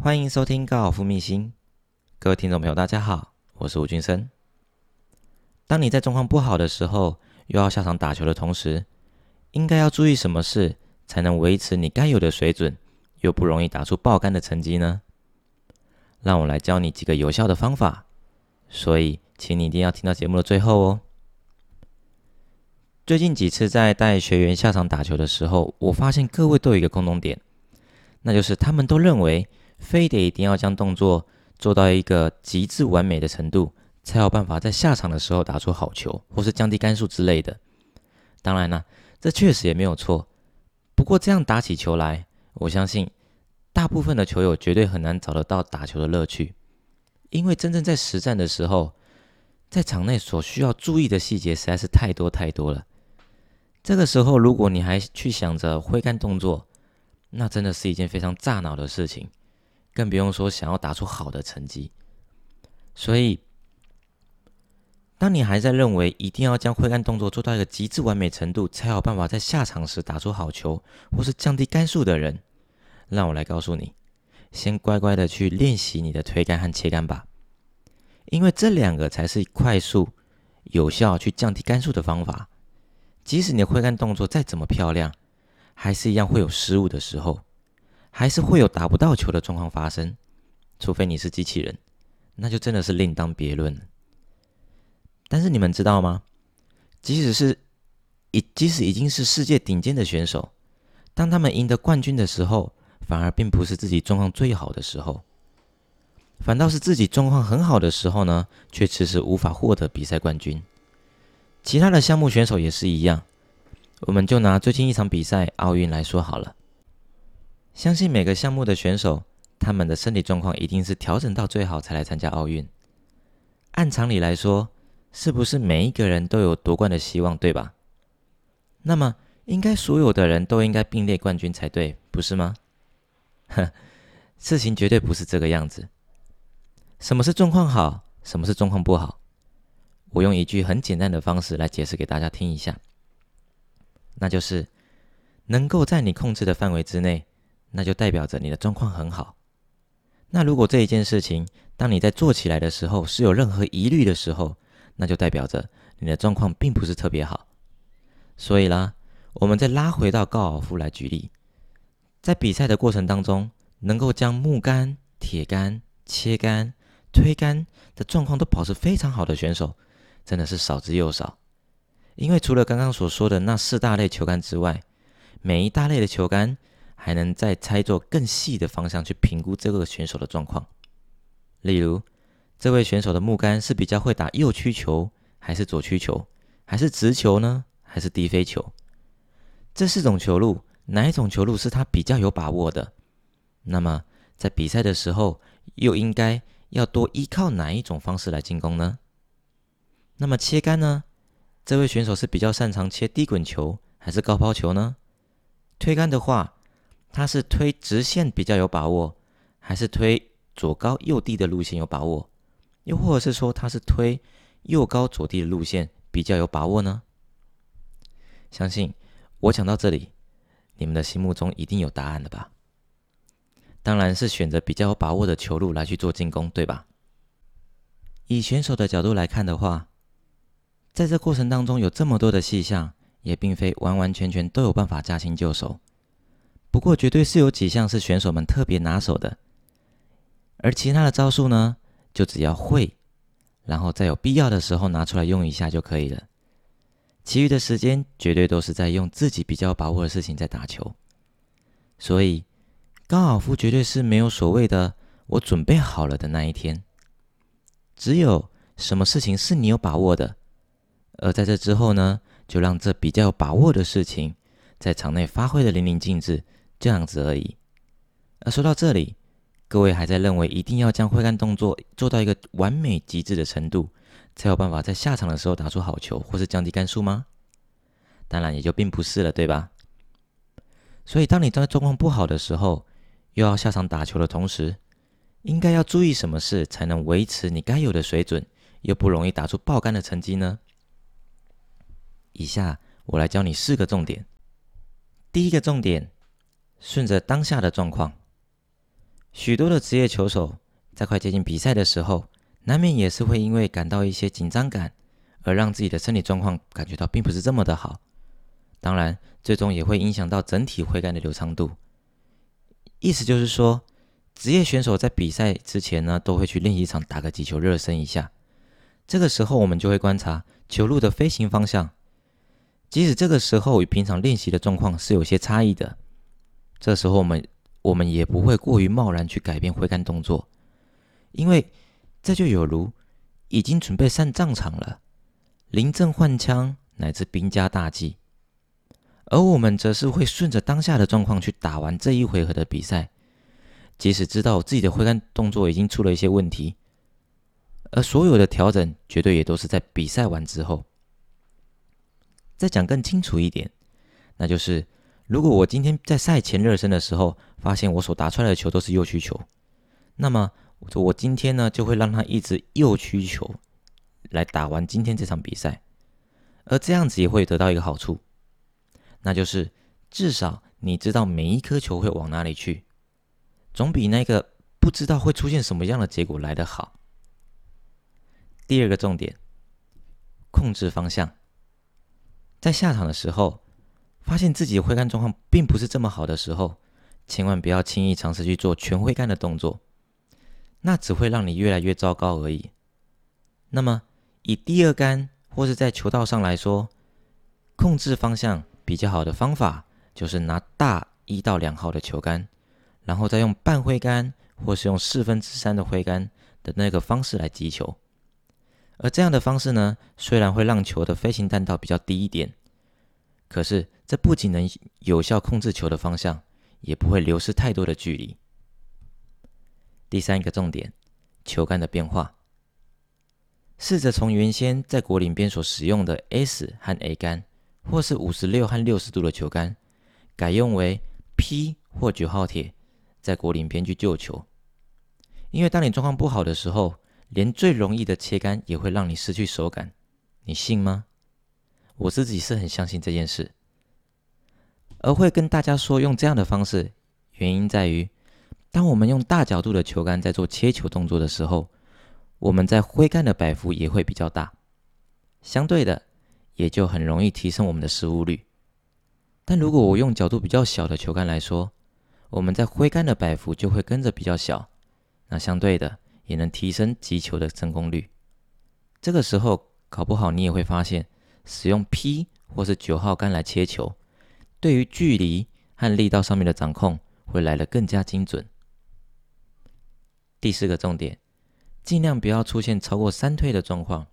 欢迎收听高尔夫秘辛，各位听众朋友，大家好，我是吴俊生。当你在状况不好的时候，又要下场打球的同时，应该要注意什么事，才能维持你该有的水准，又不容易打出爆肝的成绩呢？让我来教你几个有效的方法，所以请你一定要听到节目的最后哦。最近几次在带学员下场打球的时候，我发现各位都有一个共同点，那就是他们都认为非得一定要将动作做到一个极致完美的程度，才有办法在下场的时候打出好球，或是降低杆数之类的。当然啦，这确实也没有错。不过这样打起球来，我相信大部分的球友绝对很难找得到打球的乐趣，因为真正在实战的时候，在场内所需要注意的细节实在是太多太多了。这个时候，如果你还去想着挥杆动作，那真的是一件非常炸脑的事情，更不用说想要打出好的成绩。所以，当你还在认为一定要将挥杆动作做到一个极致完美程度，才有办法在下场时打出好球，或是降低杆数的人，让我来告诉你，先乖乖的去练习你的推杆和切杆吧，因为这两个才是快速、有效去降低杆数的方法。即使你的挥杆动作再怎么漂亮，还是一样会有失误的时候，还是会有打不到球的状况发生，除非你是机器人，那就真的是另当别论了。但是你们知道吗？即使已经是世界顶尖的选手，当他们赢得冠军的时候，反而并不是自己状况最好的时候，反倒是自己状况很好的时候呢，却迟迟无法获得比赛冠军。其他的项目选手也是一样，我们就拿最近一场比赛奥运来说好了。相信每个项目的选手，他们的身体状况一定是调整到最好才来参加奥运。按常理来说，是不是每一个人都有夺冠的希望，对吧？那么，应该所有的人都应该并列冠军才对，不是吗？事情绝对不是这个样子。什么是状况好？什么是状况不好？我用一句很简单的方式来解释给大家听一下，那就是能够在你控制的范围之内，那就代表着你的状况很好。那如果这一件事情，当你在做起来的时候是有任何疑虑的时候，那就代表着你的状况并不是特别好。所以啦，我们再拉回到高尔夫来举例，在比赛的过程当中，能够将木杆、铁杆、切杆、推杆的状况都保持非常好的选手，真的是少之又少。因为除了刚刚所说的那4大类球杆之外，每一大类的球杆还能再拆作更细的方向去评估这个选手的状况。例如，这位选手的木杆是比较会打右曲球，还是左曲球，还是直球呢，还是低飞球？这4种球路，哪一种球路是他比较有把握的？那么，在比赛的时候，又应该要多依靠哪一种方式来进攻呢？那么切杆呢？这位选手是比较擅长切低滚球，还是高抛球呢？推杆的话，他是推直线比较有把握，还是推左高右低的路线有把握？又或者是说他是推右高左低的路线比较有把握呢？相信我讲到这里，你们的心目中一定有答案了吧？当然是选择比较有把握的球路来去做进攻，对吧？以选手的角度来看的话，在这过程当中有这么多的细项，也并非完完全全都有办法驾轻就熟。不过绝对是有几项是选手们特别拿手的，而其他的招数呢，就只要会，然后在有必要的时候拿出来用一下就可以了。其余的时间绝对都是在用自己比较有把握的事情在打球。所以高尔夫绝对是没有所谓的我准备好了的那一天，只有什么事情是你有把握的，而在这之后呢，就让这比较有把握的事情在场内发挥的淋漓尽致，这样子而已。而说到这里，各位还在认为一定要将挥杆动作做到一个完美极致的程度，才有办法在下场的时候打出好球或是降低杆数吗？当然也就并不是了，对吧？所以当你在状况不好的时候，又要下场打球的同时，应该要注意什么事才能维持你该有的水准，又不容易打出爆杆的成绩呢？以下我来教你4个重点。第一个重点，顺着当下的状况， 许多的职业球手在快接近比赛的时候，难免也是会因为感到一些紧张感，而让自己的身体状况感觉到并不是这么的好。当然，最终也会影响到整体挥杆的流畅度。意思就是说，职业选手在比赛之前呢，都会去练习场打个几球热身一下。这个时候，我们就会观察球路的飞行方向，即使这个时候与平常练习的状况是有些差异的，这时候我们也不会过于贸然去改变挥杆动作，因为这就有如已经准备上战场了，临阵换枪乃至兵家大忌。而我们则是会顺着当下的状况去打完这一回合的比赛，即使知道自己的挥杆动作已经出了一些问题，而所有的调整绝对也都是在比赛完之后。再讲更清楚一点，那就是如果我今天在赛前热身的时候，发现我所打出来的球都是右曲球，那么我今天呢就会让它一直右曲球来打完今天这场比赛，而这样子也会得到一个好处，那就是至少你知道每一颗球会往哪里去，总比那个不知道会出现什么样的结果来得好。第二个重点，控制方向。在下场的时候，发现自己的挥杆状况并不是这么好的时候，千万不要轻易尝试去做全挥杆的动作，那只会让你越来越糟糕而已。那么以第二杆或是在球道上来说，控制方向比较好的方法就是拿大1到2号的球杆，然后再用半挥杆或是用3/4的挥杆的那个方式来击球。而这样的方式呢，虽然会让球的飞行弹道比较低一点，可是这不仅能有效控制球的方向，也不会流失太多的距离。第三个重点，球杆的变化。试着从原先在国岭边所使用的 S 和 A 杆，或是56和60度的球杆，改用为 P 或9号铁，在国岭边去救球。因为当你状况不好的时候，连最容易的切杆也会让你失去手感，你信吗？我自己是很相信这件事，而会跟大家说用这样的方式，原因在于，当我们用大角度的球杆在做切球动作的时候，我们在挥杆的摆幅也会比较大，相对的，也就很容易提升我们的失误率。但如果我用角度比较小的球杆来说，我们在挥杆的摆幅就会跟着比较小，那相对的也能提升击球的成功率。这个时候搞不好你也会发现，使用 P 或是9号杆来切球，对于距离和力道上面的掌控会来得更加精准。第四个重点，尽量不要出现超过3推的状况。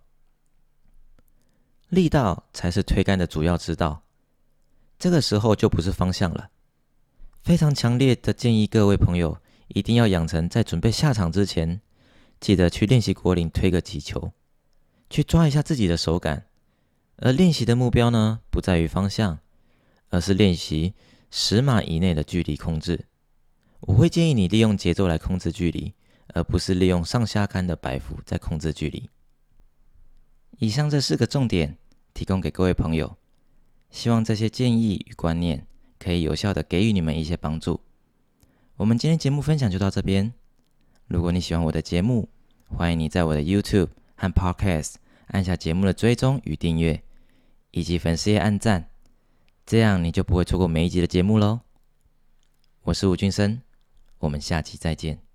力道才是推杆的主要指导，这个时候就不是方向了。非常强烈的建议各位朋友一定要养成在准备下场之前，记得去练习果岭推个几球，去抓一下自己的手感。而练习的目标呢，不在于方向，而是练习10码以内的距离控制。我会建议你利用节奏来控制距离，而不是利用上下杆的摆幅在控制距离。以上这4个重点提供给各位朋友，希望这些建议与观念可以有效的给予你们一些帮助。我们今天节目分享就到这边。如果你喜欢我的节目，欢迎你在我的 YouTube 和 Podcast 按下节目的追踪与订阅，以及粉丝页按赞，这样你就不会错过每一集的节目咯。我是吴俊生，我们下期再见。